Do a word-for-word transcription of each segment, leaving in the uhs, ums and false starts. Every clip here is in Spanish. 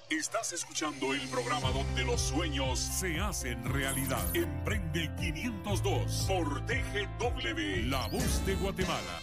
Estás escuchando el programa donde los sueños se hacen realidad. Emprende quinientos dos por T G W, La Voz de Guatemala.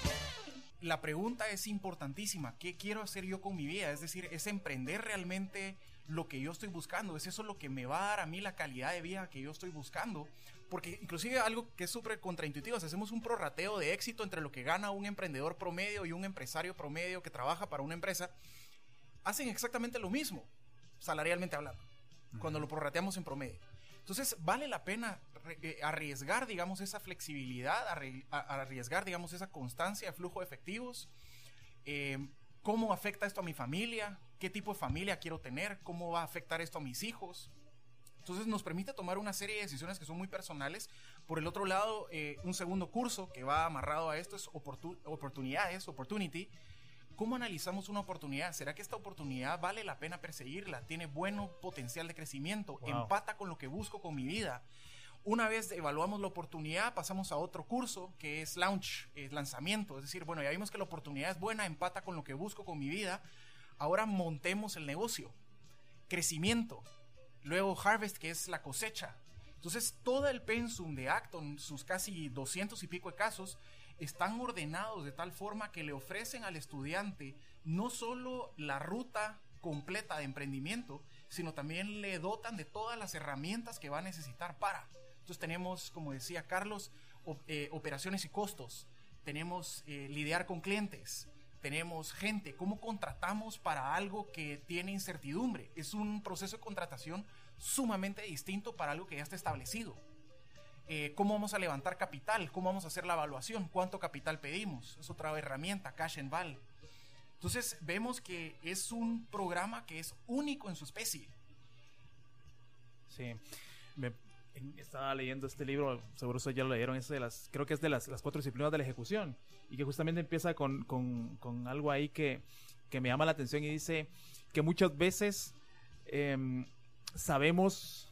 La pregunta es importantísima. ¿Qué quiero hacer yo con mi vida? Es decir, ¿es emprender realmente lo que yo estoy buscando? ¿Es eso lo que me va a dar a mí la calidad de vida que yo estoy buscando? Porque inclusive algo que es súper contraintuitivo, si hacemos un prorrateo de éxito entre lo que gana un emprendedor promedio y un empresario promedio que trabaja para una empresa, hacen exactamente lo mismo, salarialmente hablando, uh-huh. cuando lo prorrateamos en promedio. Entonces, vale la pena eh, arriesgar, digamos, esa flexibilidad, arri- a- arriesgar, digamos, esa constancia de flujo de efectivos. Eh, ¿Cómo afecta esto a mi familia? ¿Qué tipo de familia quiero tener? ¿Cómo va a afectar esto a mis hijos? Entonces, nos permite tomar una serie de decisiones que son muy personales. Por el otro lado, eh, un segundo curso que va amarrado a esto es oportun- oportunidades, opportunity. ¿Cómo analizamos una oportunidad? ¿Será que esta oportunidad vale la pena perseguirla? ¿Tiene buen potencial de crecimiento? Wow. ¿Empata con lo que busco con mi vida? Una vez evaluamos la oportunidad, pasamos a otro curso que es launch, es lanzamiento. Es decir, bueno, ya vimos que la oportunidad es buena, empata con lo que busco con mi vida. Ahora montemos el negocio. Crecimiento. Luego harvest, que es la cosecha. Entonces, todo el pensum de Acton, sus casi doscientos y pico de casos, están ordenados de tal forma que le ofrecen al estudiante no solo la ruta completa de emprendimiento, sino también le dotan de todas las herramientas que va a necesitar para. Entonces tenemos, como decía Carlos, op- eh, operaciones y costos, tenemos eh, lidiar con clientes, tenemos gente, cómo contratamos para algo que tiene incertidumbre. Es un proceso de contratación sumamente distinto para algo que ya está establecido. Eh, cómo vamos a levantar capital, cómo vamos a hacer la evaluación, cuánto capital pedimos, es otra herramienta, cash and val. Entonces vemos que es un programa que es único en su especie. Sí, me, estaba leyendo este libro, seguro ustedes ya lo leyeron, es de las, creo que es de las, las cuatro disciplinas de la ejecución, y que justamente empieza con, con, con algo ahí que, que me llama la atención y dice que muchas veces eh, sabemos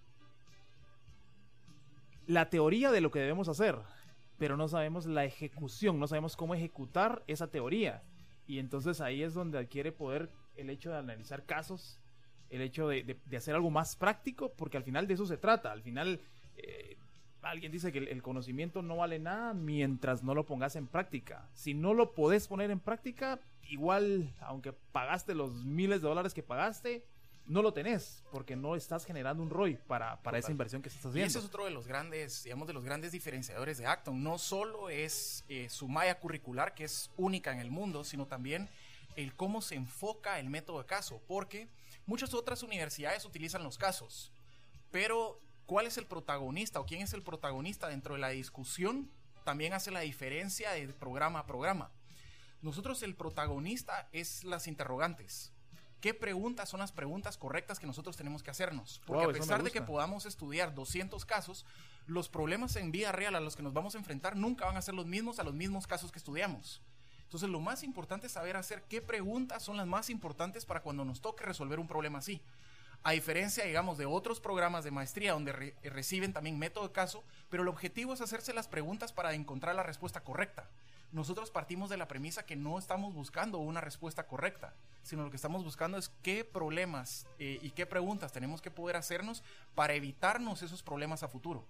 la teoría de lo que debemos hacer, pero no sabemos la ejecución, no sabemos cómo ejecutar esa teoría. Y entonces ahí es donde adquiere poder el hecho de analizar casos, el hecho de, de, de hacer algo más práctico, porque al final de eso se trata. Al final, eh, alguien dice que el, el conocimiento no vale nada mientras no lo pongas en práctica. Si no lo podés poner en práctica, igual, aunque pagaste los miles de dólares que pagaste, no lo tenés, porque no estás generando un R O I para, para esa inversión que estás haciendo. Y ese es otro de los grandes, digamos, de los grandes diferenciadores de Acton. No solo es eh, su malla curricular, que es única en el mundo, sino también el cómo se enfoca el método de caso, porque muchas otras universidades utilizan los casos, pero ¿cuál es el protagonista o quién es el protagonista dentro de la discusión? También hace la diferencia de programa a programa. Nosotros el protagonista es las interrogantes. ¿Qué preguntas son las preguntas correctas que nosotros tenemos que hacernos? Porque wow, a pesar de que podamos estudiar doscientos casos, los problemas en vida real a los que nos vamos a enfrentar nunca van a ser los mismos a los mismos casos que estudiamos. Entonces lo más importante es saber hacer qué preguntas son las más importantes para cuando nos toque resolver un problema así. A diferencia, digamos, de otros programas de maestría donde re- reciben también método de caso, pero el objetivo es hacerse las preguntas para encontrar la respuesta correcta. Nosotros partimos de la premisa que no estamos buscando una respuesta correcta, sino lo que estamos buscando es qué problemas eh, y qué preguntas tenemos que poder hacernos para evitarnos esos problemas a futuro.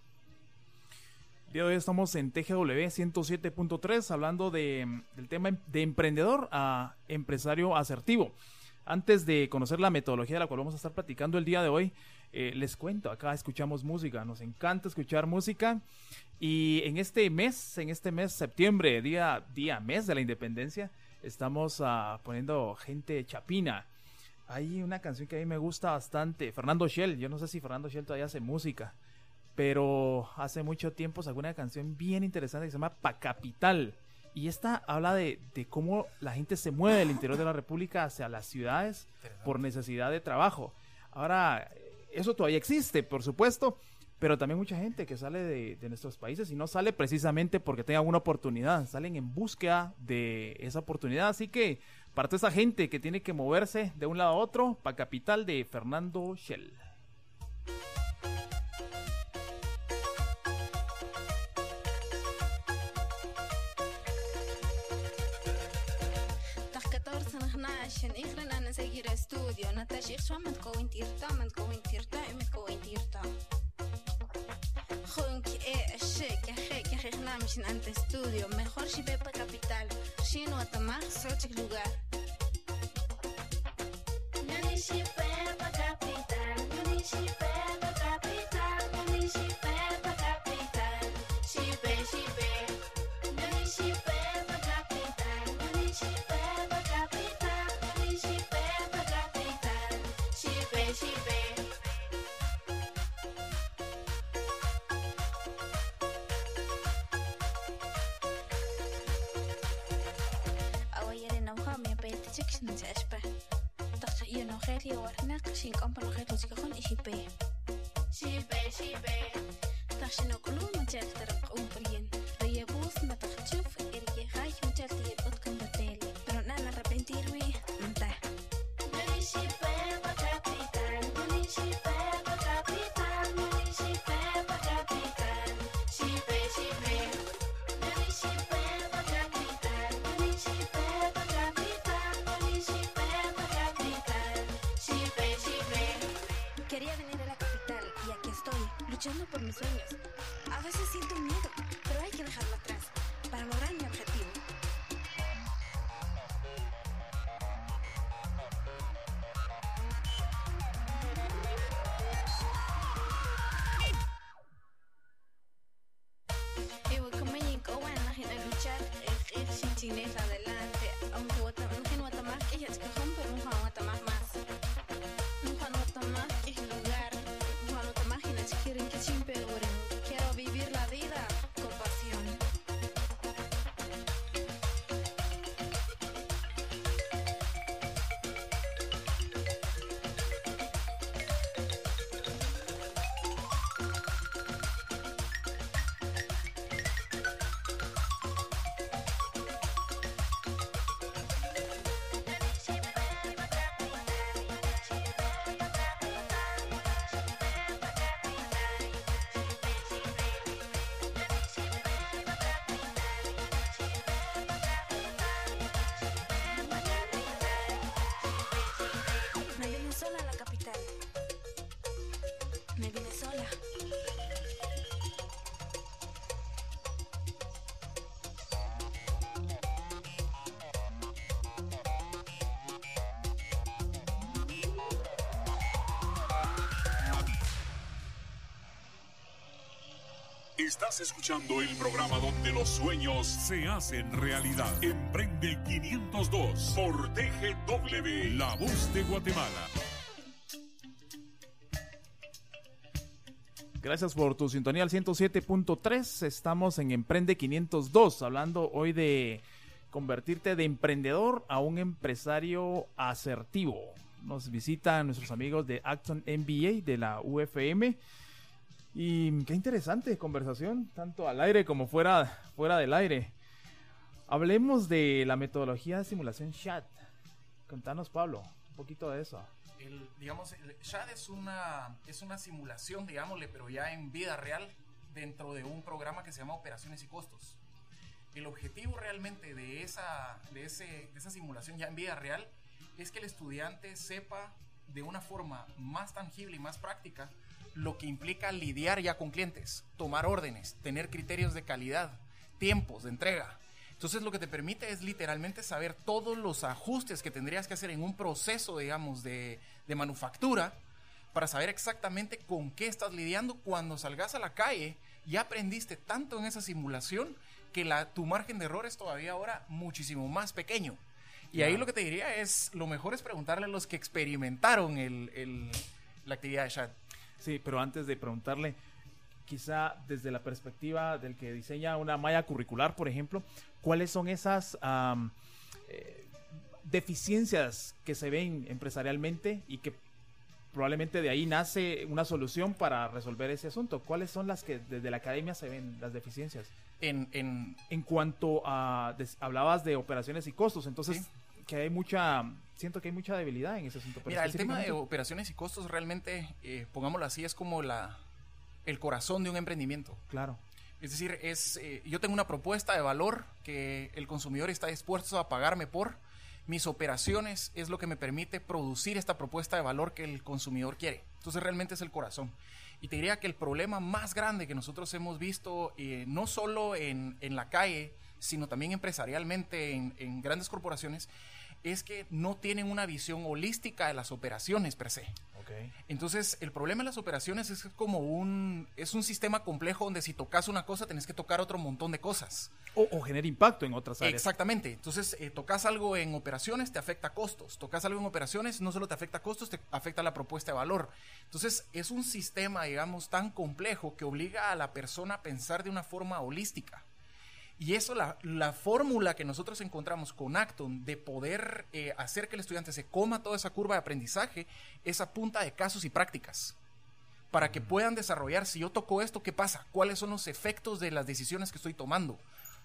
El día de hoy estamos en T G W ciento siete punto tres hablando de, del tema de emprendedor a empresario asertivo. Antes de conocer la metodología de la cual vamos a estar platicando el día de hoy, eh, les cuento, acá escuchamos música, nos encanta escuchar música. Y en este mes, en este mes, septiembre, día, día, mes de la independencia, estamos uh, poniendo gente chapina. Hay una canción que a mí me gusta bastante, Fernando Shell. Yo no sé si Fernando Shell todavía hace música, pero hace mucho tiempo sacó una canción bien interesante que se llama Pa' Capital. Y esta habla de, de cómo la gente se mueve del interior de la República hacia las ciudades por necesidad de trabajo. Ahora, eso todavía existe, por supuesto, pero también mucha gente que sale de, de nuestros países y no sale precisamente porque tenga una oportunidad, salen en búsqueda de esa oportunidad. Así que para toda esa gente que tiene que moverse de un lado a otro, Pa' Capital de Fernando Shell. عشان إخرنا أنا سير استوديو نتاشيخ شو من تكوين تيرتا من تكوين تيرتا إم تكوين تيرتا خونك إيه الشيك يا خيك يا خيخ نامشين أنت استوديو mejor si Pepa capital شين وتماخ صوتك lugar Yunishi Pepa capital Yunishi Pepa capital Yunishi Pepa capital Shipe shipe Yunishi Pepa capital Yunishi Pepa capital Yunishi Pepa capital Shipe shipe ننسى أشبه ضغط إيانا وخيري وارناق شين قمبر وخير وزيكخون إشيبه شيبه شيبه تخشنا كلهم مجال ترق أمبرين ريابوس ما تخشوف إريكي خايش مجال تيبوت كم بتالي برنا أنا ربين تيروي منتح يونيشي بيبا كابيتال يونيشي بيبا كابيتال يونيشي بيبا كابيتال شيبه شيبه يونيشي بيبا كابيتال يونيشي بيبا كابيتال Quería venir a la capital y aquí estoy, luchando por mis sueños. A veces siento miedo, pero hay que dejarlo atrás para lograr mi objetivo. Y voy como Nico, bueno, imagina luchar, ir sin chinés adelante. Aunque voy a Guatemala, que ya es cajón, pero no voy a Guatemala más. Quieren que siempre oren. Quiero vivir la vida con pasión. Me vine sola. Estás escuchando el programa donde los sueños se hacen realidad. Emprende quinientos dos por T G W, La Voz de Guatemala. Gracias por tu sintonía al ciento siete punto tres. Estamos en Emprende quinientos dos, hablando hoy de convertirte de emprendedor a un empresario asertivo. Nos visitan nuestros amigos de Acton M B A de la U F M. Y qué interesante conversación, tanto al aire como fuera, fuera del aire. Hablemos de la metodología de simulación S H A D. Contanos, Pablo, un poquito de eso. El, digamos, el S H A D es una, es una simulación, digámosle, pero ya en vida real, dentro de un programa que se llama Operaciones y Costos. El objetivo realmente de esa, de, ese, de esa simulación ya en vida real es que el estudiante sepa de una forma más tangible y más práctica lo que implica lidiar ya con clientes, tomar órdenes, tener criterios de calidad, tiempos de entrega. Entonces lo que te permite es literalmente saber todos los ajustes que tendrías que hacer en un proceso, digamos, de, de manufactura, para saber exactamente con qué estás lidiando. Cuando salgas a la calle, ya aprendiste tanto en esa simulación que la, tu margen de error es todavía ahora muchísimo más pequeño. Y claro, ahí lo que te diría es, lo mejor es preguntarle a los que experimentaron el, el, la actividad de S H A D. Sí, pero antes de preguntarle, quizá desde la perspectiva del que diseña una malla curricular, por ejemplo, ¿cuáles son esas um, eh, deficiencias que se ven empresarialmente y que probablemente de ahí nace una solución para resolver ese asunto? ¿Cuáles son las que desde la academia se ven las deficiencias? En, en... en cuanto a, des, hablabas de operaciones y costos, entonces... ¿Sí? Que hay mucha, siento que hay mucha debilidad en ese asunto. Mira, el tema de operaciones y costos realmente, eh, pongámoslo así, es como la, el corazón de un emprendimiento. Claro. Es decir, es, eh, yo tengo una propuesta de valor que el consumidor está dispuesto a pagarme por, mis operaciones es lo que me permite producir esta propuesta de valor que el consumidor quiere. Entonces realmente es el corazón. Y te diría que el problema más grande que nosotros hemos visto, eh, no solo en, en la calle, sino también empresarialmente en, en grandes corporaciones, es que no tienen una visión holística de las operaciones per se. Okay. Entonces, el problema de las operaciones es como un, es un sistema complejo donde si tocas una cosa, tenés que tocar otro montón de cosas. O, o genera impacto en otras áreas. Exactamente. Entonces, eh, tocas algo en operaciones, te afecta a costos. Tocas algo en operaciones, no solo te afecta a costos, te afecta a la propuesta de valor. Entonces, es un sistema, digamos, tan complejo que obliga a la persona a pensar de una forma holística. Y eso, la, la fórmula que nosotros encontramos con Acton de poder eh, hacer que el estudiante se coma toda esa curva de aprendizaje es a punta de casos y prácticas. Para que puedan desarrollar, si yo toco esto, ¿qué pasa? ¿Cuáles son los efectos de las decisiones que estoy tomando?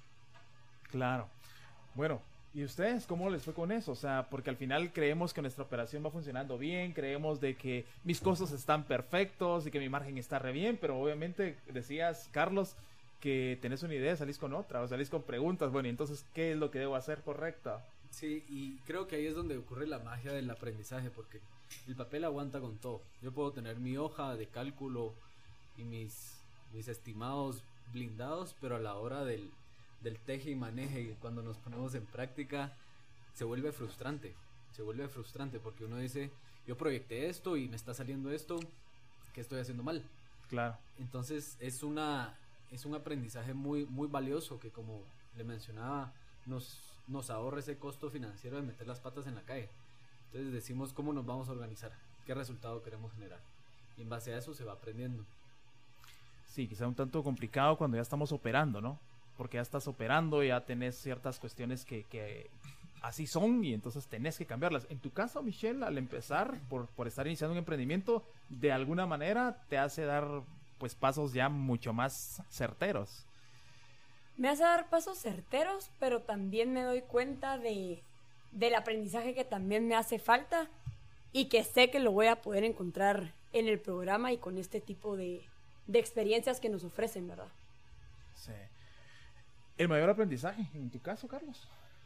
Claro. Bueno, ¿y ustedes cómo les fue con eso? O sea, porque al final creemos que nuestra operación va funcionando bien, creemos de que mis costos están perfectos y que mi margen está re bien, pero obviamente decías, Carlos, que tenés una idea, salís con otra, o salís con preguntas, bueno, y entonces, ¿qué es lo que debo hacer correcto? Sí, y creo que ahí es donde ocurre la magia del aprendizaje, porque el papel aguanta con todo. Yo puedo tener mi hoja de cálculo y mis, mis estimados blindados, pero a la hora del, del teje y maneje, cuando nos ponemos en práctica, se vuelve frustrante, se vuelve frustrante, porque uno dice, yo proyecté esto y me está saliendo esto, ¿qué estoy haciendo mal? Claro. Entonces, es una... es un aprendizaje muy muy valioso que, como le mencionaba, nos, nos ahorra ese costo financiero de meter las patas en la calle. Entonces decimos cómo nos vamos a organizar, qué resultado queremos generar, y en base a eso se va aprendiendo. Sí, quizá un tanto complicado cuando ya estamos operando, ¿no? Porque ya estás operando, ya tenés ciertas cuestiones que, que así son y entonces tenés que cambiarlas. En tu caso, Michelle, al empezar, por, por estar iniciando un emprendimiento, de alguna manera te hace dar pues pasos ya mucho más certeros. Me hace dar pasos certeros, pero también me doy cuenta de del aprendizaje que también me hace falta y que sé que lo voy a poder encontrar en el programa y con este tipo de, de experiencias que nos ofrecen, ¿verdad? Sí. ¿El mayor aprendizaje en tu caso, Carlos?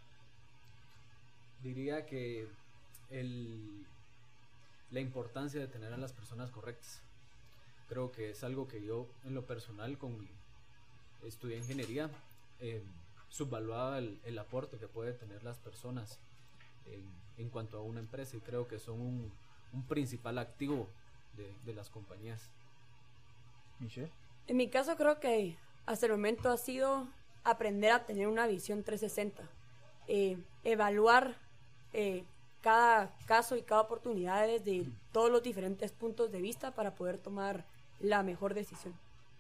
Diría que el, la importancia de tener a las personas correctas. Creo que es algo que yo, en lo personal, con mi estudié ingeniería, eh, subvaluaba el, el aporte que puede tener las personas en, en cuanto a una empresa, y creo que son un, un principal activo de, de las compañías. Michelle. En mi caso, creo que hasta el momento ha sido aprender a tener una visión trescientos sesenta, eh, evaluar eh, cada caso y cada oportunidad desde todos los diferentes puntos de vista para poder tomar la mejor decisión.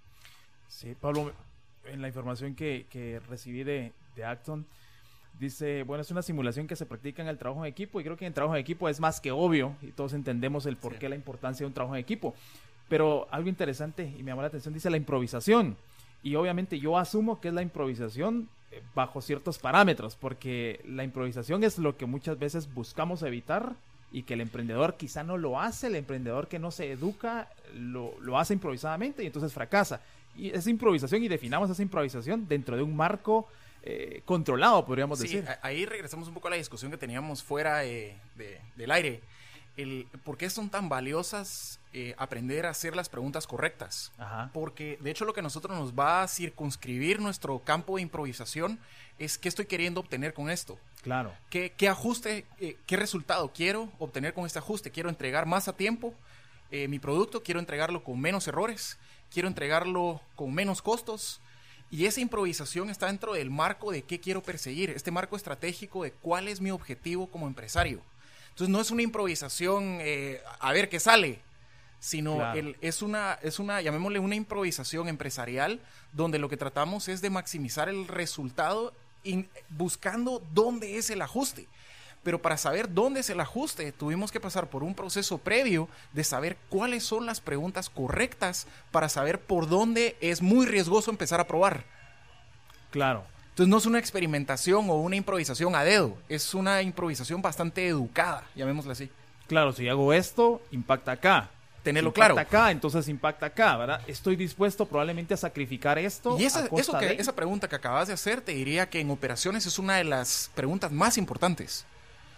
Sí, Pablo, en la información que, que recibí de, de Acton, dice, bueno, es una simulación que se practica en el trabajo en equipo, y creo que en el trabajo en equipo es más que obvio, y todos entendemos el por qué, sí, la importancia de un trabajo en equipo. Pero algo interesante, y me llamó la atención, dice la improvisación. Y obviamente yo asumo que es la improvisación bajo ciertos parámetros, porque la improvisación es lo que muchas veces buscamos evitar, y que el emprendedor quizá no lo hace. El emprendedor que no se educa lo, lo hace improvisadamente y entonces fracasa. Y esa improvisación, y definamos esa improvisación dentro de un marco eh, controlado, podríamos sí, decir. Ahí regresamos un poco a la discusión que teníamos fuera eh, de, del aire. El, ¿Por qué son tan valiosas eh, aprender a hacer las preguntas correctas? Ajá. Porque de hecho lo que a nosotros nos va a circunscribir nuestro campo de improvisación es qué estoy queriendo obtener con esto. Claro. ¿Qué, qué ajuste, eh, qué resultado quiero obtener con este ajuste? ¿Quiero entregar más a tiempo eh, mi producto? ¿Quiero entregarlo con menos errores? ¿Quiero entregarlo con menos costos? Y esa improvisación está dentro del marco de qué quiero perseguir, este marco estratégico de cuál es mi objetivo como empresario. Entonces no es una improvisación eh, a ver qué sale, sino claro, el, es una, es una, llamémosle una improvisación empresarial, donde lo que tratamos es de maximizar el resultado in, buscando dónde es el ajuste. Pero para saber dónde es el ajuste, tuvimos que pasar por un proceso previo de saber cuáles son las preguntas correctas para saber por dónde es muy riesgoso empezar a probar. Claro. Entonces no es una experimentación o una improvisación a dedo, es una improvisación bastante educada, llamémosle así. Claro, si hago esto, impacta acá. Tenerlo si claro. Impacta acá, entonces impacta acá, ¿verdad? Estoy dispuesto probablemente a sacrificar esto. Y esa, a costa eso que, de... esa pregunta que acabas de hacer, te diría que en operaciones es una de las preguntas más importantes.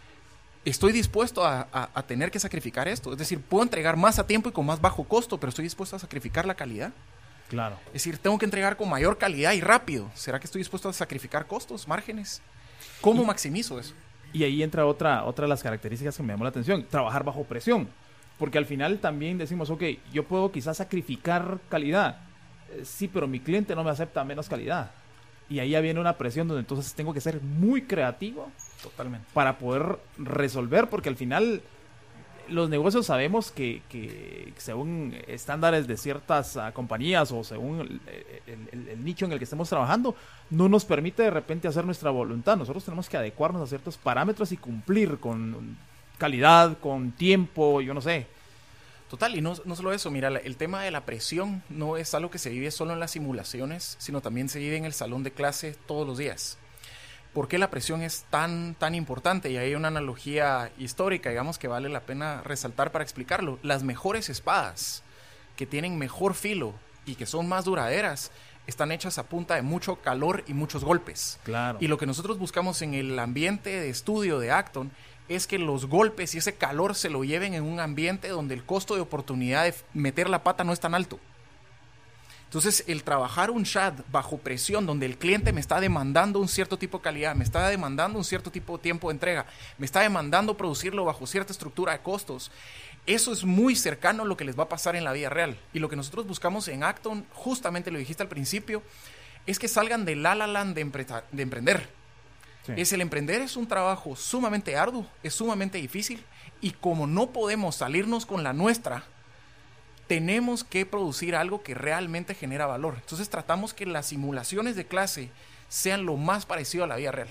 estoy dispuesto a, a, a tener que sacrificar esto. Es decir, puedo entregar más a tiempo y con más bajo costo, pero estoy dispuesto a sacrificar la calidad. Claro. Es decir, tengo que entregar con mayor calidad y rápido. ¿Será que estoy dispuesto a sacrificar costos, márgenes? ¿Cómo y, maximizo eso? Y ahí entra otra, otra de las características que me llamó la atención, trabajar bajo presión. Porque al final también decimos, ok, yo puedo quizás sacrificar calidad. Eh, sí, pero mi cliente no me acepta menos calidad. Y ahí ya viene una presión donde entonces tengo que ser muy creativo. Totalmente. Para poder resolver, porque al final los negocios sabemos que, que según estándares de ciertas uh, compañías o según el, el, el, el nicho en el que estemos trabajando, no nos permite de repente hacer nuestra voluntad. Nosotros tenemos que adecuarnos a ciertos parámetros y cumplir con calidad, con tiempo, yo no sé. Total, y no, no solo eso, mira, el tema de la presión no es algo que se vive solo en las simulaciones, sino también se vive en el salón de clase todos los días. ¿Por qué la presión es tan, tan importante? Y hay una analogía histórica, digamos, que vale la pena resaltar para explicarlo. Las mejores espadas, que tienen mejor filo y que son más duraderas, están hechas a punta de mucho calor y muchos golpes. Claro. Y lo que nosotros buscamos en el ambiente de estudio de Acton es que los golpes y ese calor se lo lleven en un ambiente donde el costo de oportunidad de meter la pata no es tan alto. Entonces, el trabajar un chat bajo presión, donde el cliente me está demandando un cierto tipo de calidad, me está demandando un cierto tipo de tiempo de entrega, me está demandando producirlo bajo cierta estructura de costos, eso es muy cercano a lo que les va a pasar en la vida real. Y lo que nosotros buscamos en Acton, justamente lo dijiste al principio, es que salgan del la la land de, empre- de emprender. Sí. Es el emprender es un trabajo sumamente arduo, es sumamente difícil, y como no podemos salirnos con la nuestra, tenemos que producir algo que realmente genera valor. Entonces tratamos que las simulaciones de clase sean lo más parecido a la vida real.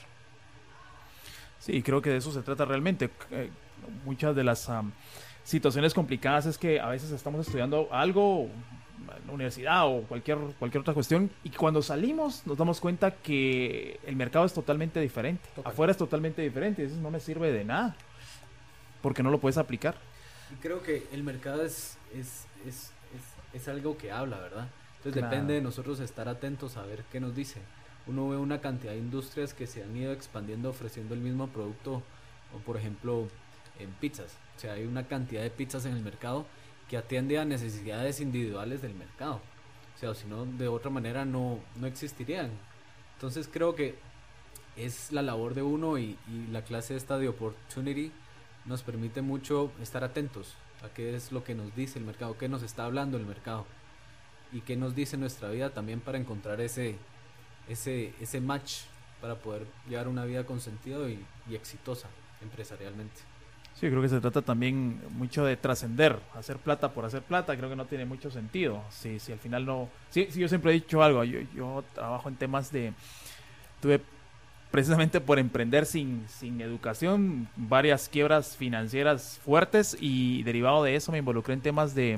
Sí, creo que de eso se trata realmente. Eh, muchas de las um, situaciones complicadas es que a veces estamos estudiando algo en la universidad o cualquier, cualquier otra cuestión, y cuando salimos nos damos cuenta que el mercado es totalmente diferente. Total. Afuera es totalmente diferente, eso no me sirve de nada porque no lo puedes aplicar. Y creo que el mercado es, es, es, es, es algo que habla, ¿verdad? Entonces Claro. depende de nosotros estar atentos a ver qué nos dice. Uno ve una cantidad de industrias que se han ido expandiendo ofreciendo el mismo producto, o por ejemplo en pizzas. O sea, hay una cantidad de pizzas en el mercado que atiende a necesidades individuales del mercado. O sea, si no, de otra manera no, no existirían. Entonces creo que es la labor de uno, y, y la clase esta de Opportunity nos permite mucho estar atentos a qué es lo que nos dice el mercado, qué nos está hablando el mercado y qué nos dice nuestra vida también, para encontrar ese, ese, ese match para poder llevar una vida con sentido y, y exitosa empresarialmente. Sí, creo que se trata también mucho de trascender, hacer plata por hacer plata, creo que no tiene mucho sentido. Si, si al final no... Sí, sí, yo siempre he dicho algo, yo, yo trabajo en temas de... Tuve precisamente por emprender sin, sin educación, varias quiebras financieras fuertes, y derivado de eso me involucré en temas de,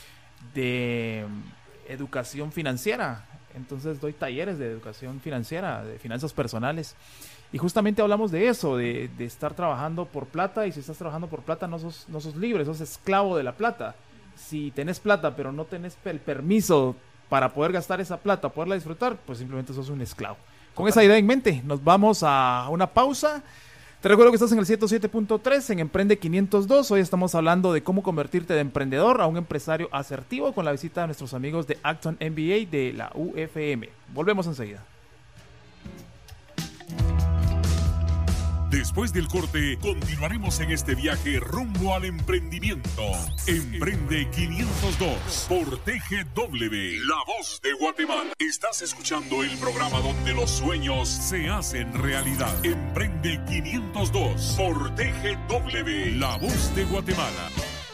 de educación financiera. Entonces doy talleres de educación financiera, de finanzas personales, y justamente hablamos de eso, de, de estar trabajando por plata, y si estás trabajando por plata no sos, no sos libre, sos esclavo de la plata. Si tenés plata pero no tenés el permiso para poder gastar esa plata, poderla disfrutar, pues simplemente sos un esclavo. Con esa idea en mente, nos vamos a una pausa. Te recuerdo que estás en el ciento siete punto tres en Emprende quinientos dos. Hoy estamos hablando de cómo convertirte de emprendedor a un empresario asertivo, con la visita de nuestros amigos de Acton M B A de la U F M. Volvemos enseguida. Después del corte, continuaremos en este viaje rumbo al emprendimiento. Emprende quinientos dos por T G W, La Voz de Guatemala. Estás escuchando el programa donde los sueños se hacen realidad. Emprende quinientos dos por T G W, La Voz de Guatemala.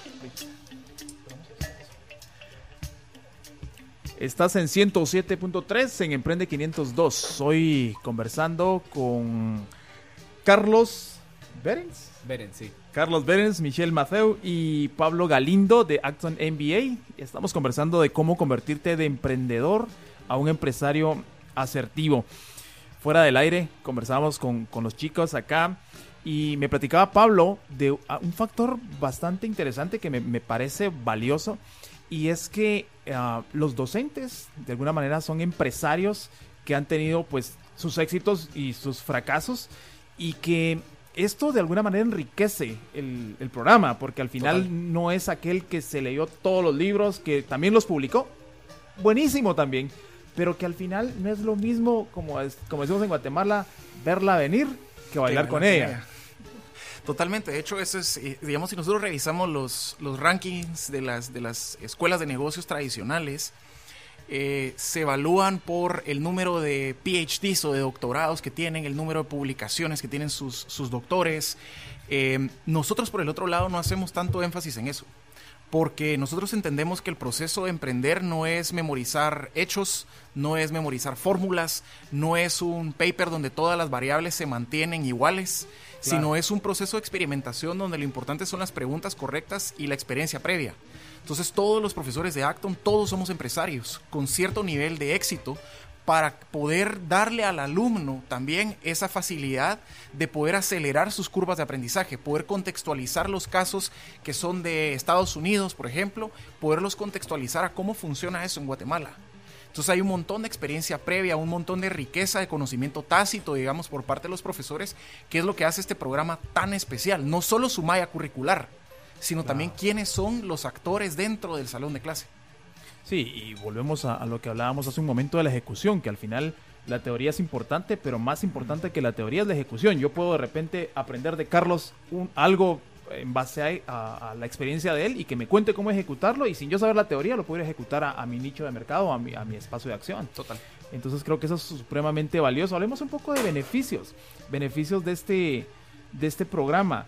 Estás en ciento siete punto tres en Emprende quinientos dos. Hoy conversando con Carlos Berens. Berens, sí. Carlos Berens, Michelle Matheu y Pablo Galindo de Acton M B A. Estamos conversando de cómo convertirte de emprendedor a un empresario asertivo. Fuera del aire conversábamos con, con los chicos acá, y me platicaba Pablo de un factor bastante interesante que me, me parece valioso, y es que uh, los docentes de alguna manera son empresarios que han tenido pues sus éxitos y sus fracasos, y que esto de alguna manera enriquece el, el programa, porque al final Total. no es aquel que se leyó todos los libros, que también los publicó, buenísimo también, pero que al final no es lo mismo, como, es, como decimos en Guatemala, verla venir que bailar Que con bailar ella. con ella. Totalmente, de hecho, eso es, eh, digamos, si nosotros revisamos los, los rankings de las, de las escuelas de negocios tradicionales, eh, se evalúan por el número de P H Ds o de doctorados que tienen, el número de publicaciones que tienen sus, sus doctores. Eh, nosotros, por el otro lado, no hacemos tanto énfasis en eso, porque nosotros entendemos que el proceso de emprender no es memorizar hechos, no es memorizar fórmulas, no es un paper donde todas las variables se mantienen iguales, Claro. sino es un proceso de experimentación donde lo importante son las preguntas correctas y la experiencia previa. Entonces todos los profesores de Acton, todos somos empresarios con cierto nivel de éxito para poder darle al alumno también esa facilidad de poder acelerar sus curvas de aprendizaje, poder contextualizar los casos que son de Estados Unidos, por ejemplo, poderlos contextualizar a cómo funciona eso en Guatemala. Entonces hay un montón de experiencia previa, un montón de riqueza de conocimiento tácito, digamos, por parte de los profesores, que es lo que hace este programa tan especial. No solo su malla curricular, sino Claro. también quiénes son los actores dentro del salón de clase. Sí, y volvemos a, a lo que hablábamos hace un momento de la ejecución, que al final la teoría es importante, pero más importante que la teoría es la ejecución. Yo puedo de repente aprender de Carlos un, algo en base a, a, a la experiencia de él y que me cuente cómo ejecutarlo, y sin yo saber la teoría lo puedo ejecutar a, a mi nicho de mercado, a mi, a mi espacio de acción. Total. Entonces creo que eso es supremamente valioso. Hablemos un poco de beneficios, beneficios de este, de este programa.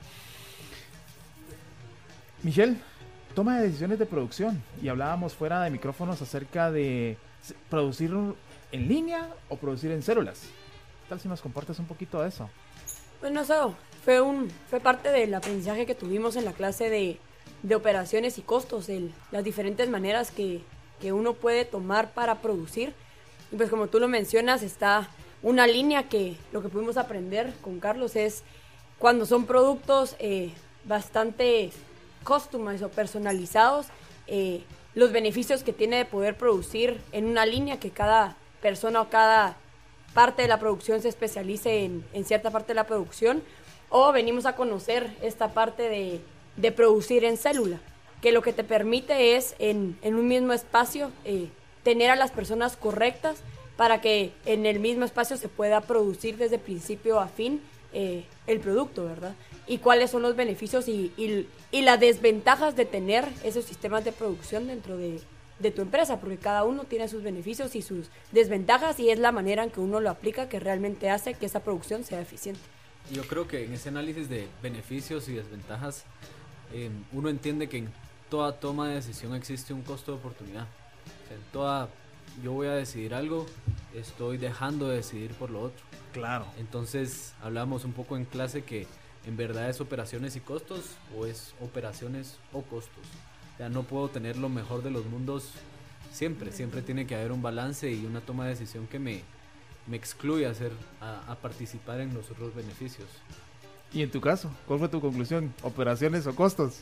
Michelle, toma de decisiones de producción, y hablábamos fuera de micrófonos acerca de producir en línea o producir en células. ¿Qué tal si nos compartes un poquito de eso? Bueno, eso fue, un, fue parte del aprendizaje que tuvimos en la clase de, de operaciones y costos, el, las diferentes maneras que, que uno puede tomar para producir. Y pues como tú lo mencionas, está una línea que lo que pudimos aprender con Carlos es cuando son productos eh, bastante customized o personalizados, eh, los beneficios que tiene de poder producir en una línea, que cada persona o cada parte de la producción se especialice en, en cierta parte de la producción, o venimos a conocer esta parte de, de producir en célula, que lo que te permite es en, en un mismo espacio eh, tener a las personas correctas para que en el mismo espacio se pueda producir desde principio a fin eh, el producto, ¿verdad? Y cuáles son los beneficios y, y, y las desventajas de tener esos sistemas de producción dentro de, de tu empresa, porque cada uno tiene sus beneficios y sus desventajas, y es la manera en que uno lo aplica que realmente hace que esa producción sea eficiente. Yo creo que en ese análisis de beneficios y desventajas, eh, uno entiende que en toda toma de decisión existe un costo de oportunidad. O sea, en toda, yo voy a decidir algo, estoy dejando de decidir por lo otro. Claro. Entonces hablamos un poco en clase que en verdad es operaciones y costos, o es operaciones o costos. O sea, no puedo tener lo mejor de los mundos siempre, siempre tiene que haber un balance y una toma de decisión que me, me excluye a, hacer, a, a participar en los otros beneficios. Y en tu caso, ¿cuál fue tu conclusión? ¿Operaciones o costos?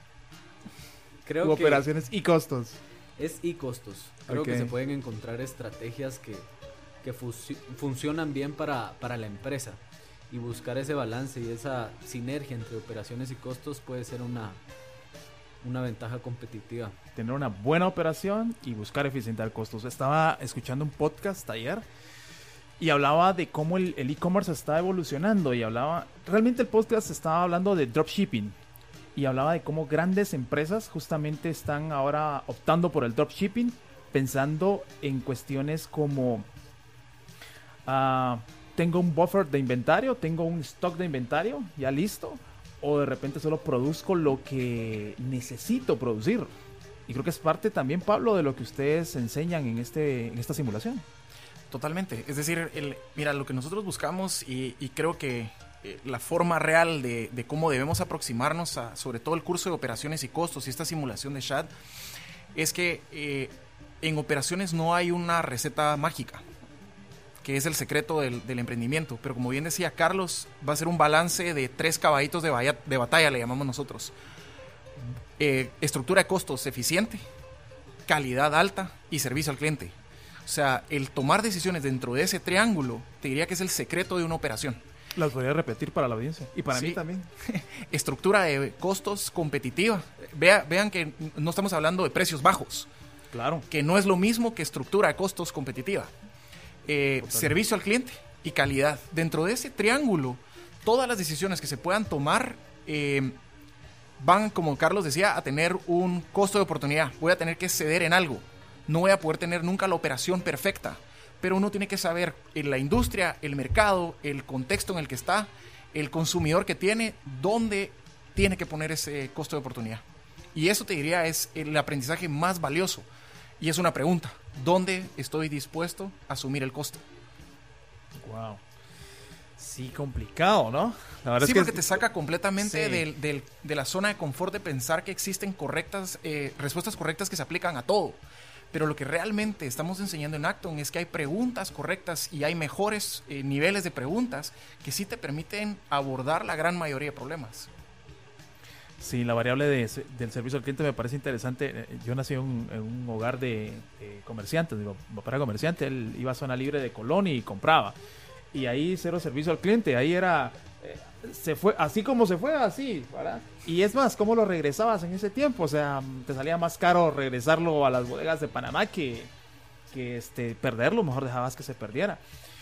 Creo ¿U que operaciones y costos? es y costos. Creo Ok. que se pueden encontrar estrategias que, que fusi- funcionan bien para, para la empresa, y buscar ese balance y esa sinergia entre operaciones y costos puede ser una, una ventaja competitiva. Tener una buena operación y buscar eficientar costos. Estaba escuchando un podcast ayer y hablaba de cómo el el e-commerce está evolucionando, y hablaba, realmente el podcast estaba hablando de dropshipping, y hablaba de cómo grandes empresas justamente están ahora optando por el dropshipping, pensando en cuestiones como ah, tengo un buffer de inventario, tengo un stock de inventario ya listo, o de repente solo produzco lo que necesito producir. Y creo que es parte también, Pablo, de lo que ustedes enseñan en este en esta simulación. Totalmente. Es decir, el, mira, lo que nosotros buscamos, y, y creo que eh, la forma real de, de cómo debemos aproximarnos a, sobre todo el curso de operaciones y costos y esta simulación de Shad, es que eh, en operaciones no hay una receta mágica, que es el secreto del, del emprendimiento. Pero como bien decía Carlos, va a ser un balance de tres caballitos de, vaya, de batalla, le llamamos nosotros. Eh, estructura de costos eficiente, calidad alta y servicio al cliente. O sea, el tomar decisiones dentro de ese triángulo, te diría que es el secreto de una operación. Las podría repetir para la audiencia y para Sí. mí también. Estructura de costos competitiva. Vea, vean que no estamos hablando de precios bajos, Claro. que no es lo mismo que estructura de costos competitiva. Eh, servicio al cliente y calidad. Dentro de ese triángulo, todas las decisiones que se puedan tomar eh, van, como Carlos decía, a tener un costo de oportunidad. Voy a tener que ceder en algo. No voy a poder tener nunca la operación perfecta. Pero uno tiene que saber en la industria, el mercado, el contexto en el que está, el consumidor que tiene, dónde tiene que poner ese costo de oportunidad. Y eso, te diría, es el aprendizaje más valioso. Y es una pregunta: ¿dónde estoy dispuesto a asumir el costo? Wow. Sí, complicado, ¿no? La verdad Sí, es que porque te saca completamente Sí. del- del- de la zona de confort de pensar que existen correctas eh, respuestas correctas que se aplican a todo. Pero lo que realmente estamos enseñando en Acton es que hay preguntas correctas y hay mejores eh, niveles de preguntas que sí te permiten abordar la gran mayoría de problemas. Sí, la variable de, se- del servicio al cliente me parece interesante. Eh, Yo nací en un, en un hogar de, de comerciantes. Mi papá era comerciante, él iba a zona libre de Colón y compraba. Y ahí cero servicio al cliente. Ahí era, eh, se fue, así como se fue, así, ¿verdad? Y es más, ¿cómo lo regresabas en ese tiempo? O sea, te salía más caro regresarlo a las bodegas de Panamá que, que este, perderlo. Mejor dejabas que se perdiera.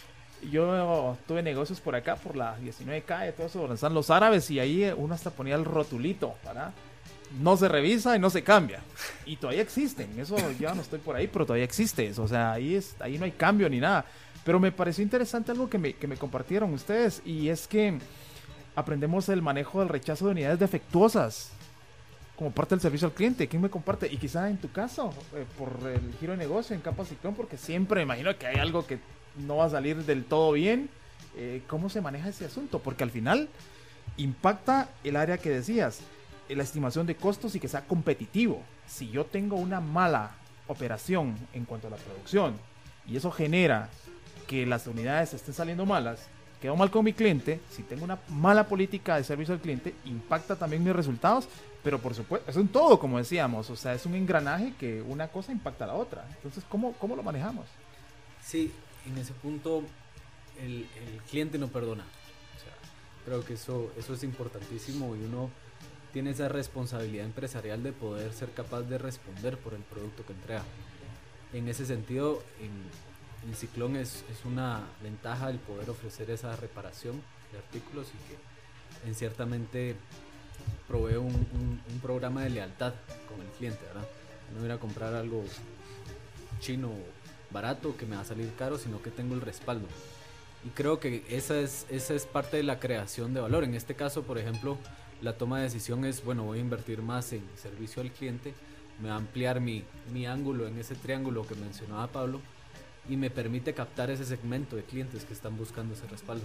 Yo tuve negocios por acá, por la diecinueve calle, todo eso, donde están los árabes, y ahí uno hasta ponía el rotulito, ¿verdad? No se revisa y no se cambia. Y todavía existen, eso ya no estoy por ahí, pero todavía existe eso, o sea, ahí, es, ahí no hay cambio ni nada. Pero me pareció interesante algo que me, que me compartieron ustedes, y es que aprendemos el manejo del rechazo de unidades defectuosas como parte del servicio al cliente. ¿Quién me comparte? Y quizá en tu caso, eh, por el giro de negocio en Capa Ciclón, porque siempre me imagino que hay algo que no va a salir del todo bien. Eh, ¿Cómo se maneja ese asunto? Porque al final impacta el área que decías, eh, la estimación de costos y que sea competitivo. Si yo tengo una mala operación en cuanto a la producción y eso genera que las unidades estén saliendo malas, quedo mal con mi cliente. Si tengo una mala política de servicio al cliente, impacta también mis resultados. Pero por supuesto, es un todo, como decíamos, o sea, es un engranaje que una cosa impacta a la otra. Entonces, ¿cómo, cómo lo manejamos? Sí, en ese punto el, el cliente no perdona. O sea, creo que eso, eso es importantísimo, y uno tiene esa responsabilidad empresarial de poder ser capaz de responder por el producto que entrega. En ese sentido, en, en Ciclón es, es una ventaja el poder ofrecer esa reparación de artículos, y que en ciertamente provee un, un, un programa de lealtad con el cliente, ¿verdad? No ir a comprar algo chino barato que me va a salir caro, sino que tengo el respaldo. Y creo que esa es, esa es parte de la creación de valor. En este caso, por ejemplo, la toma de decisión es, bueno, voy a invertir más en servicio al cliente, me va a ampliar mi, mi ángulo en ese triángulo que mencionaba Pablo, y me permite captar ese segmento de clientes que están buscando ese respaldo.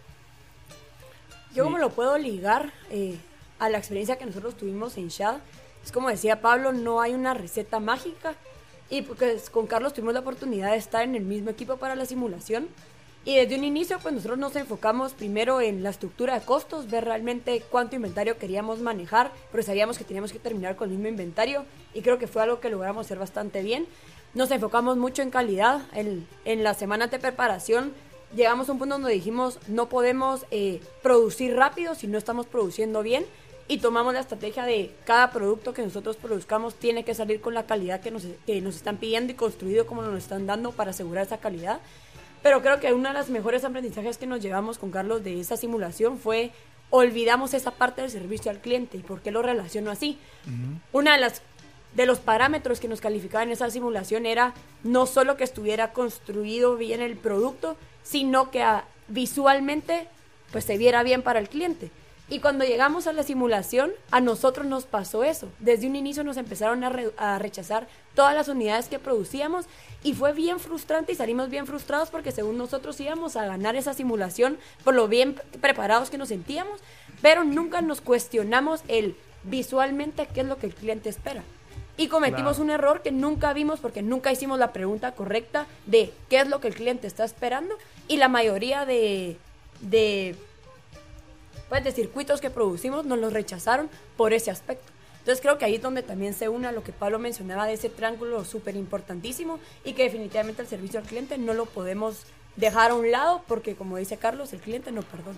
Yo como lo puedo ligar eh, a la experiencia que nosotros tuvimos en Shad, es como decía Pablo, no hay una receta mágica, y porque con Carlos tuvimos la oportunidad de estar en el mismo equipo para la simulación, y desde un inicio pues nosotros nos enfocamos primero en la estructura de costos, ver realmente cuánto inventario queríamos manejar, pero sabíamos que teníamos que terminar con el mismo inventario, y creo que fue algo que logramos hacer bastante bien. Nos enfocamos mucho en calidad, en, en las semanas de preparación llegamos a un punto donde dijimos no podemos eh, producir rápido si no estamos produciendo bien, y tomamos la estrategia de cada producto que nosotros produzcamos tiene que salir con la calidad que nos, que nos están pidiendo y construido como nos están dando para asegurar esa calidad. Pero creo que uno de los mejores aprendizajes que nos llevamos con Carlos de esa simulación fue olvidamos esa parte del servicio al cliente. ¿Y por qué lo relaciono así? Uh-huh. Una de las de los parámetros que nos calificaban en esa simulación era no solo que estuviera construido bien el producto, sino que a, visualmente pues se viera bien para el cliente. Y cuando llegamos a la simulación, a nosotros nos pasó eso. Desde un inicio nos empezaron a, re, a rechazar todas las unidades que producíamos, y fue bien frustrante y salimos bien frustrados porque según nosotros íbamos a ganar esa simulación por lo bien preparados que nos sentíamos, pero nunca nos cuestionamos el visualmente qué es lo que el cliente espera. Y cometimos claro. un error que nunca vimos porque nunca hicimos la pregunta correcta de qué es lo que el cliente está esperando, y la mayoría de, de, pues de circuitos que producimos nos los rechazaron por ese aspecto. Entonces creo que ahí es donde también se une a lo que Pablo mencionaba de ese triángulo súper importantísimo, y que definitivamente el servicio al cliente no lo podemos dejar a un lado porque, como dice Carlos, el cliente no perdona.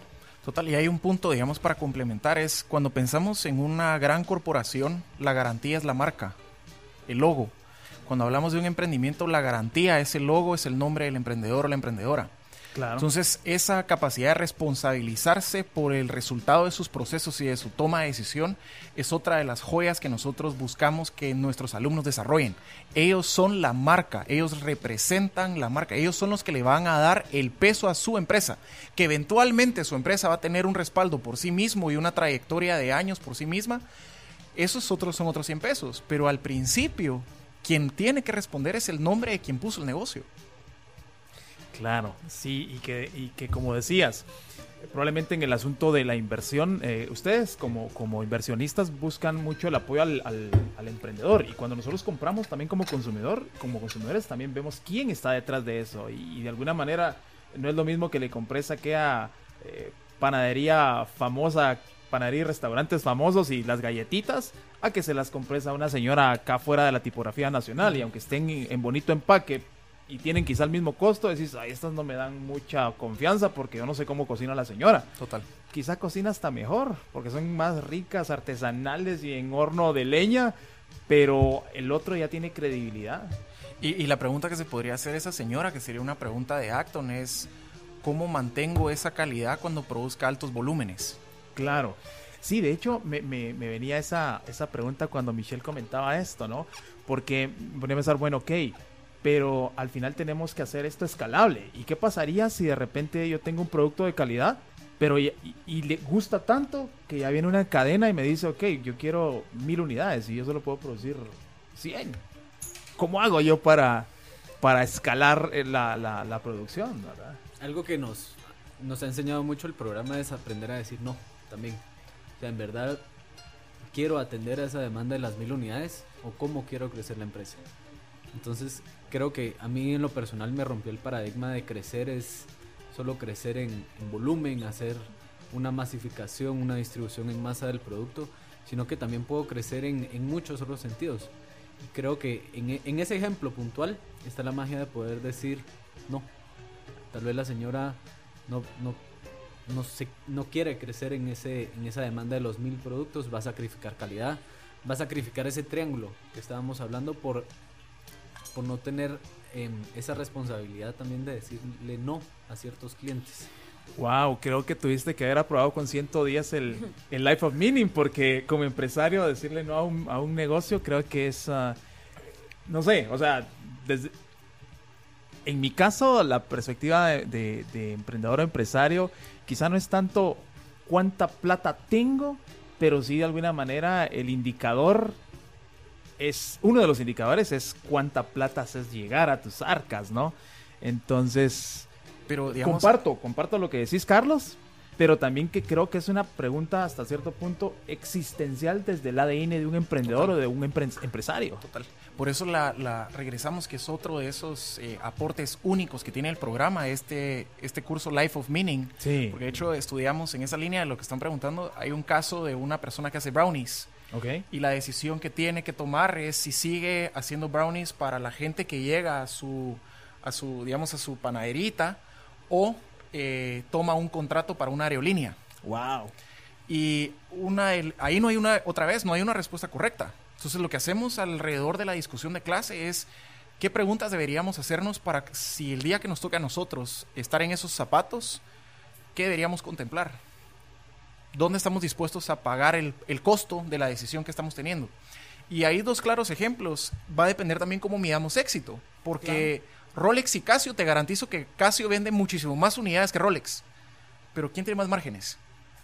Total, y hay un punto, digamos, para complementar, es cuando pensamos en una gran corporación, la garantía es la marca, el logo. Cuando hablamos de un emprendimiento, la garantía es el logo, es el nombre del emprendedor o la emprendedora. Claro. Entonces, esa capacidad de responsabilizarse por el resultado de sus procesos y de su toma de decisión es otra de las joyas que nosotros buscamos que nuestros alumnos desarrollen. Ellos son la marca, ellos representan la marca, ellos son los que le van a dar el peso a su empresa, que eventualmente su empresa va a tener un respaldo por sí mismo y una trayectoria de años por sí misma. Esos otros son otros cien pesos, pero al principio quien tiene que responder es el nombre de quien puso el negocio. Claro, sí, y que, y que como decías, probablemente en el asunto de la inversión, eh, ustedes como, como inversionistas buscan mucho el apoyo al, al, al emprendedor, y cuando nosotros compramos también como consumidor, como consumidores también vemos quién está detrás de eso, y, y de alguna manera no es lo mismo que le compres a aquella eh, panadería famosa, panadería y restaurantes famosos y las galletitas, a que se las compres a una señora acá fuera de la tipografía nacional, y aunque estén en, en bonito empaque y tienen quizá el mismo costo, decís, ay, estas no me dan mucha confianza porque yo no sé cómo cocina la señora. Total. Quizá cocina hasta mejor, porque son más ricas, artesanales y en horno de leña, pero el otro ya tiene credibilidad. Y, y la pregunta que se podría hacer esa señora, que sería una pregunta de Acton, es ¿cómo mantengo esa calidad cuando produzca altos volúmenes? Claro. Sí, de hecho, me, me, me venía esa, esa pregunta cuando Michelle comentaba esto, ¿no? Porque me ponía a pensar, bueno, ok, pero al final tenemos que hacer esto escalable. ¿Y qué pasaría si de repente yo tengo un producto de calidad, pero y, y le gusta tanto que ya viene una cadena y me dice, ok, yo quiero mil unidades y yo solo puedo producir cien? ¿Cómo hago yo para, para escalar la, la, la producción, verdad? Algo que nos, nos ha enseñado mucho el programa es aprender a decir no, también. O sea, en verdad, ¿quiero atender a esa demanda de las mil unidades o cómo quiero crecer la empresa? Entonces, creo que a mí en lo personal me rompió el paradigma de crecer es solo crecer en, en volumen, hacer una masificación, una distribución en masa del producto, sino que también puedo crecer en, en muchos otros sentidos. Creo que en, en ese ejemplo puntual está la magia de poder decir no. Tal vez la señora no, no, no, se, no quiere crecer en, ese, en esa demanda de los mil productos, va a sacrificar calidad, va a sacrificar ese triángulo que estábamos hablando por, por no tener eh, esa responsabilidad también de decirle no a ciertos clientes. Wow, creo que tuviste que haber aprobado con ciento diez el, el Life of Meaning, porque como empresario decirle no a un, a un negocio creo que es, uh, no sé, o sea, desde, en mi caso la perspectiva de, de, de emprendedor o empresario quizá no es tanto cuánta plata tengo, pero sí de alguna manera el indicador es, uno de los indicadores es cuánta plata haces llegar a tus arcas, ¿no? Entonces... Pero, digamos, comparto, comparto lo que decís, Carlos, pero también que creo que es una pregunta hasta cierto punto existencial desde el A D N de un emprendedor total. O de un empre empresario. Total. Por eso la, la regresamos, que es otro de esos eh, aportes únicos que tiene el programa, este, este curso Life of Meaning. Sí. Porque de hecho estudiamos en esa línea de lo que están preguntando. Hay un caso de una persona que hace brownies. Okay. Y la decisión que tiene que tomar es si sigue haciendo brownies para la gente que llega a su, a su digamos, a su panaderita, o eh, toma un contrato para una aerolínea. Wow. Y una, el, ahí no hay una, otra vez, no hay una respuesta correcta. Entonces lo que hacemos alrededor de la discusión de clase es qué preguntas deberíamos hacernos para si el día que nos toca a nosotros estar en esos zapatos, qué deberíamos contemplar. ¿Dónde estamos dispuestos a pagar el, el costo de la decisión que estamos teniendo? Y hay dos claros ejemplos. Va a depender también cómo midamos éxito. Porque... Claro. Rolex y Casio, te garantizo que Casio vende muchísimo más unidades que Rolex. Pero ¿quién tiene más márgenes?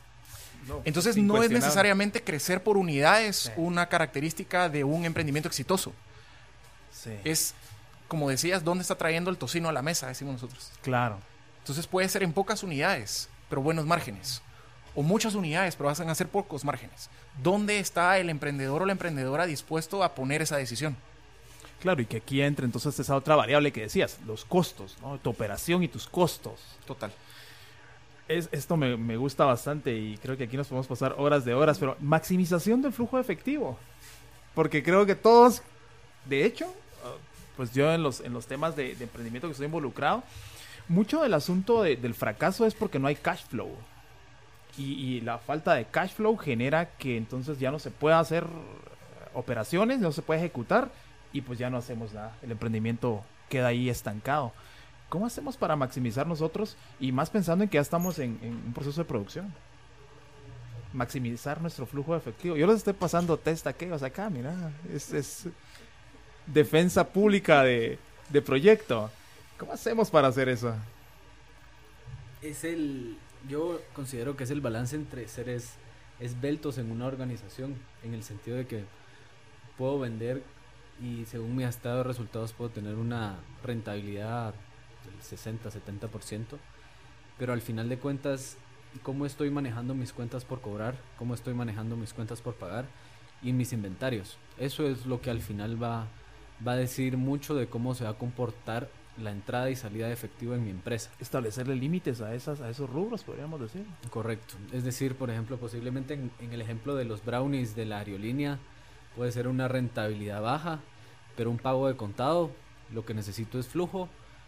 No, Entonces no es necesariamente crecer por unidades sí. una característica de un emprendimiento exitoso. Sí. Es, como decías, ¿dónde está trayendo el tocino a la mesa? Decimos nosotros. Claro. Entonces puede ser en pocas unidades, pero buenos márgenes. O muchas unidades, pero van a ser pocos márgenes. ¿Dónde está el emprendedor o la emprendedora dispuesto a poner esa decisión? Claro, y que aquí entra entonces esa otra variable que decías, los costos, ¿no? Tu operación y tus costos. Total. Es, esto me, me gusta bastante y creo que aquí nos podemos pasar horas de horas, pero maximización del flujo de efectivo. Porque creo que todos, de hecho, pues yo en los, en los temas de, de emprendimiento que estoy involucrado, mucho del asunto de, del fracaso es porque no hay cash flow. y, y la falta de cash flow genera que entonces ya no se pueda hacer operaciones, no se puede ejecutar y pues ya no hacemos nada. El emprendimiento queda ahí estancado. ¿Cómo hacemos para maximizar nosotros? Y más pensando en que ya estamos en, en un proceso de producción. Maximizar nuestro flujo de efectivo. Yo les estoy pasando test aquellos acá, mira. Es, es defensa pública de, de proyecto. ¿Cómo hacemos para hacer eso? Es el... Yo considero que es el balance entre seres esbeltos en una organización, en el sentido de que puedo vender y según mi estado de resultados puedo tener una rentabilidad del sesenta a setenta por ciento, pero al final de cuentas, cómo estoy manejando mis cuentas por cobrar, cómo estoy manejando mis cuentas por pagar y mis inventarios. Eso es lo que al final va, va a decir mucho de cómo se va a comportar la entrada y salida de efectivo en mi empresa. Establecerle límites a esas a esos rubros, podríamos decir. Correcto. Es decir, por ejemplo, posiblemente en, en el ejemplo de los brownies de la aerolínea, puede ser una rentabilidad baja, pero un pago de contado, lo que necesito es flujo.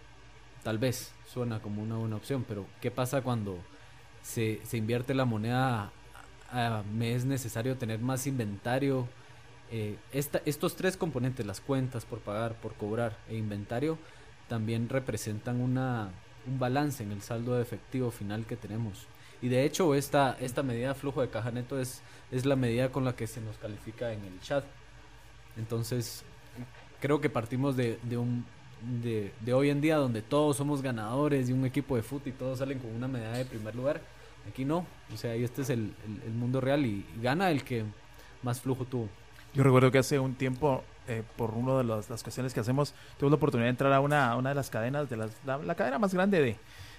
Tal vez suena como una buena opción, pero ¿qué pasa cuando se, se invierte la moneda? A, a, me es necesario tener más inventario. Eh, esta, estos tres componentes, las cuentas por pagar, por cobrar e inventario, también representan una, un balance en el saldo de efectivo final que tenemos. Y de hecho esta, esta medida de flujo de caja neto es, es la medida con la que se nos califica en el chat. Entonces creo que partimos de, de, un, de, de hoy en día donde todos somos ganadores de un equipo de fútbol y todos salen con una medalla de primer lugar. Aquí no, o sea, este es el, el, el mundo real y, y gana el que más flujo tuvo. Yo recuerdo que hace un tiempo, eh, por una de las, las cuestiones que hacemos, tuve la oportunidad de entrar a una, a una de las cadenas, de las, la, la cadena más grande de,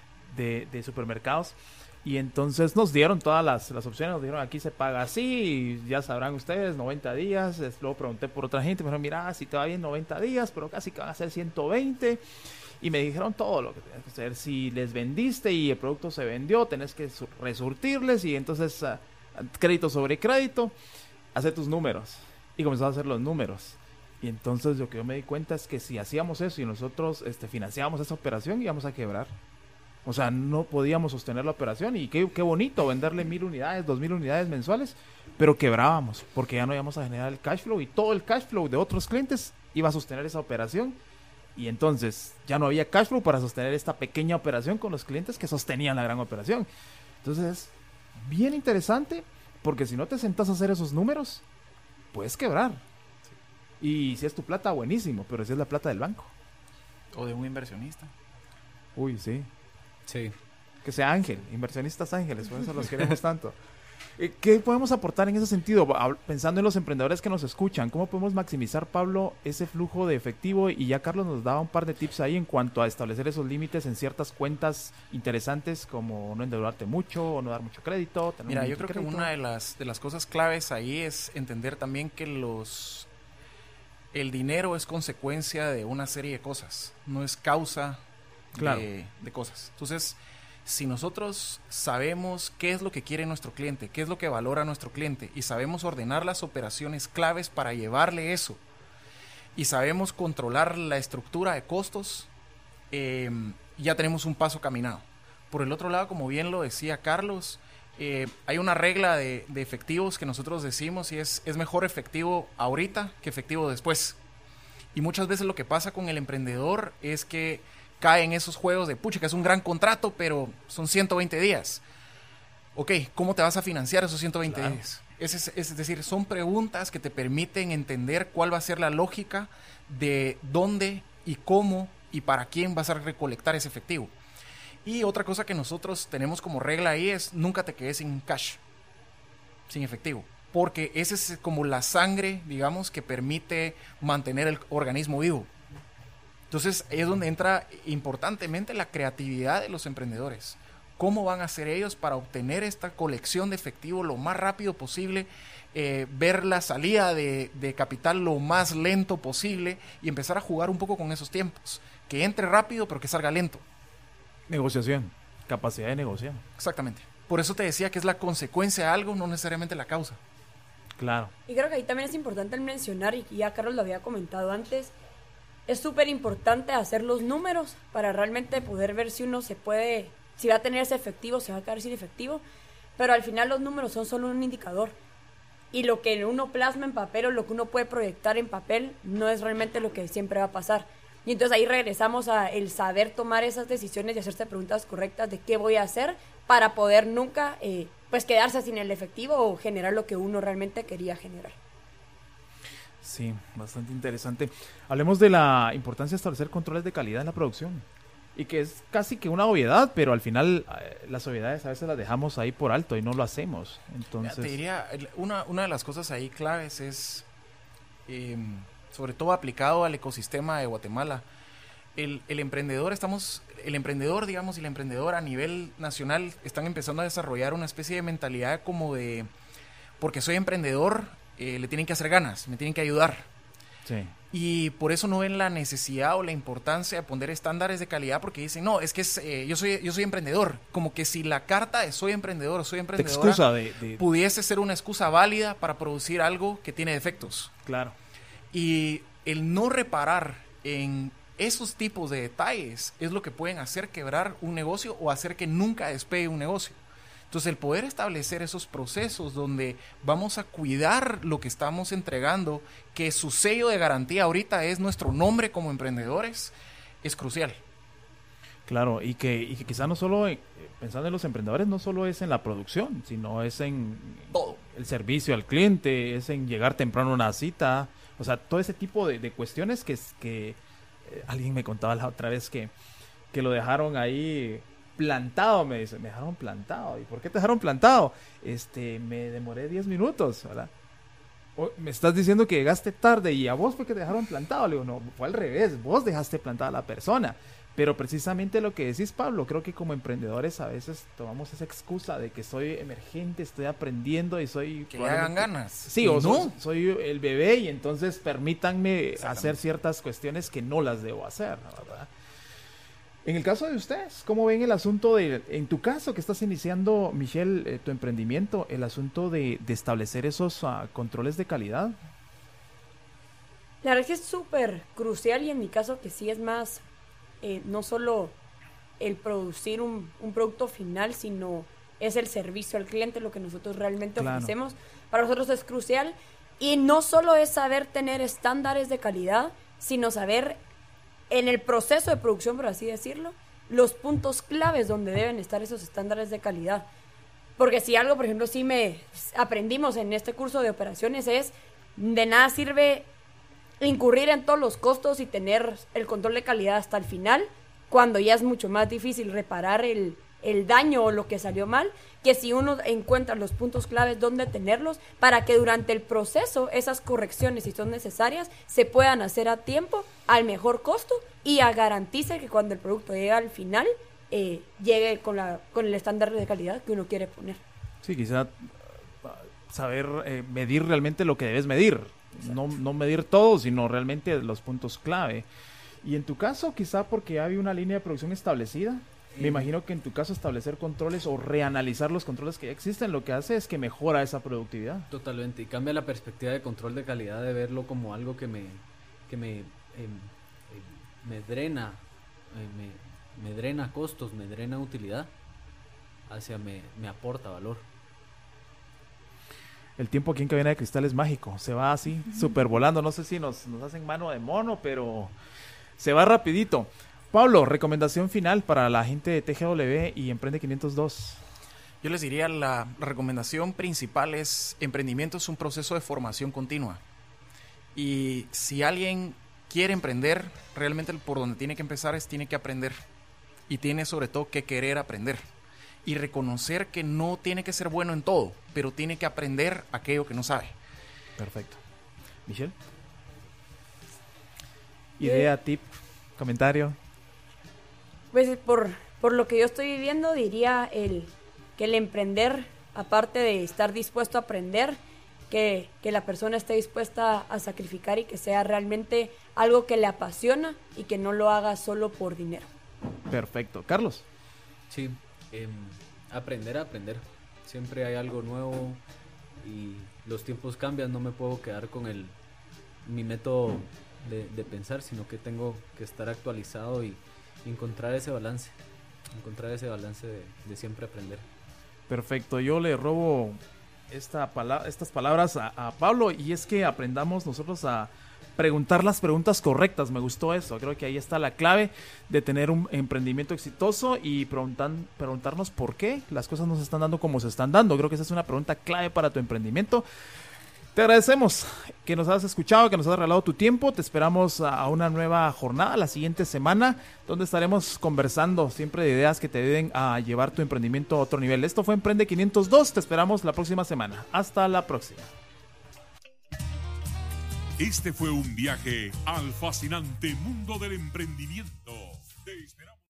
de, de supermercados. Y entonces nos dieron todas las, las opciones, nos dijeron aquí se paga así, y ya sabrán ustedes, noventa días. Luego pregunté por otra gente, me dijeron, mira, si te va bien noventa días, pero casi que van a ser ciento veinte. Y me dijeron todo lo que tenías que hacer. Si les vendiste y el producto se vendió, tenés que resurtirles y entonces uh, crédito sobre crédito, hacer tus números. Y comenzó a hacer los números. Y entonces lo que yo me di cuenta es que si hacíamos eso y nosotros este, financiábamos esa operación, íbamos a quebrar. O sea, no podíamos sostener la operación y qué, qué bonito venderle mil unidades, dos mil unidades mensuales, pero quebrábamos porque ya no íbamos a generar el cash flow y todo el cash flow de otros clientes iba a sostener esa operación y entonces ya no había cash flow para sostener esta pequeña operación con los clientes que sostenían la gran operación. Entonces es bien interesante porque si no te sentás a hacer esos números, puedes quebrar. Y si es tu plata, buenísimo, pero si es la plata del banco. O de un inversionista. Uy, sí. Sí. Que sea ángel, inversionistas ángeles, por eso los queremos tanto. ¿Qué podemos aportar en ese sentido? Pensando en los emprendedores que nos escuchan, ¿cómo podemos maximizar, Pablo, ese flujo de efectivo? Y ya Carlos nos daba un par de tips ahí en cuanto a establecer esos límites en ciertas cuentas interesantes, como no endeudarte mucho o no dar mucho crédito. Tener Mira, un yo creo crédito. que una de las, de las cosas claves ahí es entender también que los el dinero es consecuencia de una serie de cosas, no es causa Claro. de, de cosas. Entonces, si nosotros sabemos qué es lo que quiere nuestro cliente, qué es lo que valora nuestro cliente y sabemos ordenar las operaciones claves para llevarle eso y sabemos controlar la estructura de costos, eh, ya tenemos un paso caminado. Por el otro lado, como bien lo decía Carlos, eh, hay una regla de, de efectivos que nosotros decimos y es, es mejor efectivo ahorita que efectivo después. Y muchas veces lo que pasa con el emprendedor es que cae en esos juegos de pucha, que es un gran contrato, pero son ciento veinte días. Ok, ¿cómo te vas a financiar esos ciento veinte Claro. días? Es, es, es decir, son preguntas que te permiten entender cuál va a ser la lógica de dónde y cómo y para quién vas a recolectar ese efectivo. Y otra cosa que nosotros tenemos como regla ahí es nunca te quedes sin cash, sin efectivo. Porque esa es como la sangre, digamos, que permite mantener el organismo vivo. Entonces es donde entra importantemente la creatividad de los emprendedores. ¿Cómo van a hacer ellos para obtener esta colección de efectivo lo más rápido posible? Eh, ver la salida de, de capital lo más lento posible y empezar a jugar un poco con esos tiempos. Que entre rápido pero que salga lento. Negociación, capacidad de negociar. Exactamente. Por eso te decía que es la consecuencia de algo, no necesariamente la causa. Claro. Y creo que ahí también es importante el mencionar, y ya Carlos lo había comentado antes, es súper importante hacer los números para realmente poder ver si uno se puede, si va a tener ese efectivo, se va a quedar sin efectivo, pero al final los números son solo un indicador. Y lo que uno plasma en papel o lo que uno puede proyectar en papel no es realmente lo que siempre va a pasar. Y entonces ahí regresamos a el saber tomar esas decisiones y hacerse preguntas correctas de qué voy a hacer para poder nunca eh, pues quedarse sin el efectivo o generar lo que uno realmente quería generar. Sí, bastante interesante. Hablemos de la importancia de establecer controles de calidad en la producción. Y que es casi que una obviedad, pero al final eh, las obviedades a veces las dejamos ahí por alto y no lo hacemos. Entonces, te diría, una, una de las cosas ahí claves es, eh, sobre todo aplicado al ecosistema de Guatemala, el, el emprendedor, estamos, el emprendedor, digamos, y la emprendedora a nivel nacional están empezando a desarrollar una especie de mentalidad como de, porque soy emprendedor, eh, le tienen que hacer ganas, me tienen que ayudar. sí. Y por eso no ven la necesidad o la importancia de poner estándares de calidad, porque dicen, no, es que es, eh, yo soy yo soy emprendedor. Como que si la carta de soy emprendedor o soy emprendedora excusa de, de... pudiese ser una excusa válida para producir algo que tiene defectos. Claro. Y el no reparar en esos tipos de detalles es lo que pueden hacer quebrar un negocio o hacer que nunca despegue un negocio. Entonces, el poder establecer esos procesos donde vamos a cuidar lo que estamos entregando, que su sello de garantía ahorita es nuestro nombre como emprendedores, es crucial. Claro, y que, y que quizá no solo, eh, pensando en los emprendedores, no solo es en la producción, sino es en todo. El servicio al cliente, es en llegar temprano a una cita, o sea, todo ese tipo de, de cuestiones que, que eh, alguien me contaba la otra vez que, que lo dejaron ahí plantado, me dice, me dejaron plantado. ¿Y por qué te dejaron plantado? Este, me demoré diez minutos, ¿verdad? O, me estás diciendo que llegaste tarde y a vos fue que te dejaron plantado. Le digo, no, fue al revés, vos dejaste plantada a la persona. Pero precisamente lo que decís, Pablo, creo que como emprendedores a veces tomamos esa excusa de que soy emergente, estoy aprendiendo y soy... Que le hagan ganas. Sí, o no. soy, soy el bebé y entonces permítanme hacer ciertas cuestiones que no las debo hacer, ¿verdad? En el caso de ustedes, ¿cómo ven el asunto de, en tu caso que estás iniciando, Michelle, eh, tu emprendimiento, el asunto de, de establecer esos uh, controles de calidad? La verdad es que es súper crucial y en mi caso que sí es más, eh, no solo el producir un, un producto final, sino es el servicio al cliente, lo que nosotros realmente Claro. ofrecemos. Para nosotros es crucial y no solo es saber tener estándares de calidad, sino saber en el proceso de producción, por así decirlo, los puntos claves donde deben estar esos estándares de calidad. Porque si algo, por ejemplo, sí me aprendimos en este curso de operaciones es, de nada sirve incurrir en todos los costos y tener el control de calidad hasta el final, cuando ya es mucho más difícil reparar el, el daño o lo que salió mal, que si uno encuentra los puntos claves donde tenerlos, para que durante el proceso esas correcciones, si son necesarias, se puedan hacer a tiempo, al mejor costo y a garantice que cuando el producto llegue al final, eh, llegue con, la, con el estándar de calidad que uno quiere poner. Sí, quizá uh, saber eh, medir realmente lo que debes medir. No, no medir todo, sino realmente los puntos clave. Y en tu caso, quizá porque había una línea de producción establecida, me imagino que en tu caso establecer controles o reanalizar los controles que ya existen, lo que hace es que mejora esa productividad. Totalmente, y cambia la perspectiva de control de calidad, de verlo como algo que me que me, eh, eh, me drena, eh, me, me drena costos, me drena utilidad, hacia me, me aporta valor. El tiempo aquí en Cabina de Cristal es mágico, se va así, súper volando, no sé si nos, nos hacen mano de mono, pero se va rapidito. Pablo, recomendación final para la gente de T G W y Emprende quinientos dos. Yo les diría, la, la recomendación principal es, emprendimiento es un proceso de formación continua. Y si alguien quiere emprender, realmente por donde tiene que empezar es tiene que aprender. Y tiene sobre todo que querer aprender. Y reconocer que no tiene que ser bueno en todo, pero tiene que aprender aquello que no sabe. Perfecto. Michelle. Idea, tip, comentario. Pues por, por lo que yo estoy viviendo, diría el que el emprender, aparte de estar dispuesto a aprender, que, que la persona esté dispuesta a sacrificar y que sea realmente algo que le apasiona y que no lo haga solo por dinero. Perfecto. Carlos. Sí, eh, aprender a aprender. Siempre hay algo nuevo y los tiempos cambian, no me puedo quedar con el mi método de, de pensar, sino que tengo que estar actualizado y encontrar ese balance, encontrar ese balance de, de siempre aprender. Perfecto, yo le robo esta pala- estas palabras a, a Pablo, y es que aprendamos nosotros a preguntar las preguntas correctas. Me gustó eso, creo que ahí está la clave de tener un emprendimiento exitoso y preguntan, preguntarnos por qué las cosas no se están dando como se están dando. Creo que esa es una pregunta clave para tu emprendimiento. Te agradecemos que nos has escuchado, que nos has regalado tu tiempo. Te esperamos a una nueva jornada la siguiente semana, donde estaremos conversando siempre de ideas que te ayuden a llevar tu emprendimiento a otro nivel. Esto fue Emprende quinientos dos. Te esperamos la próxima semana. Hasta la próxima. Este fue un viaje al fascinante mundo del emprendimiento.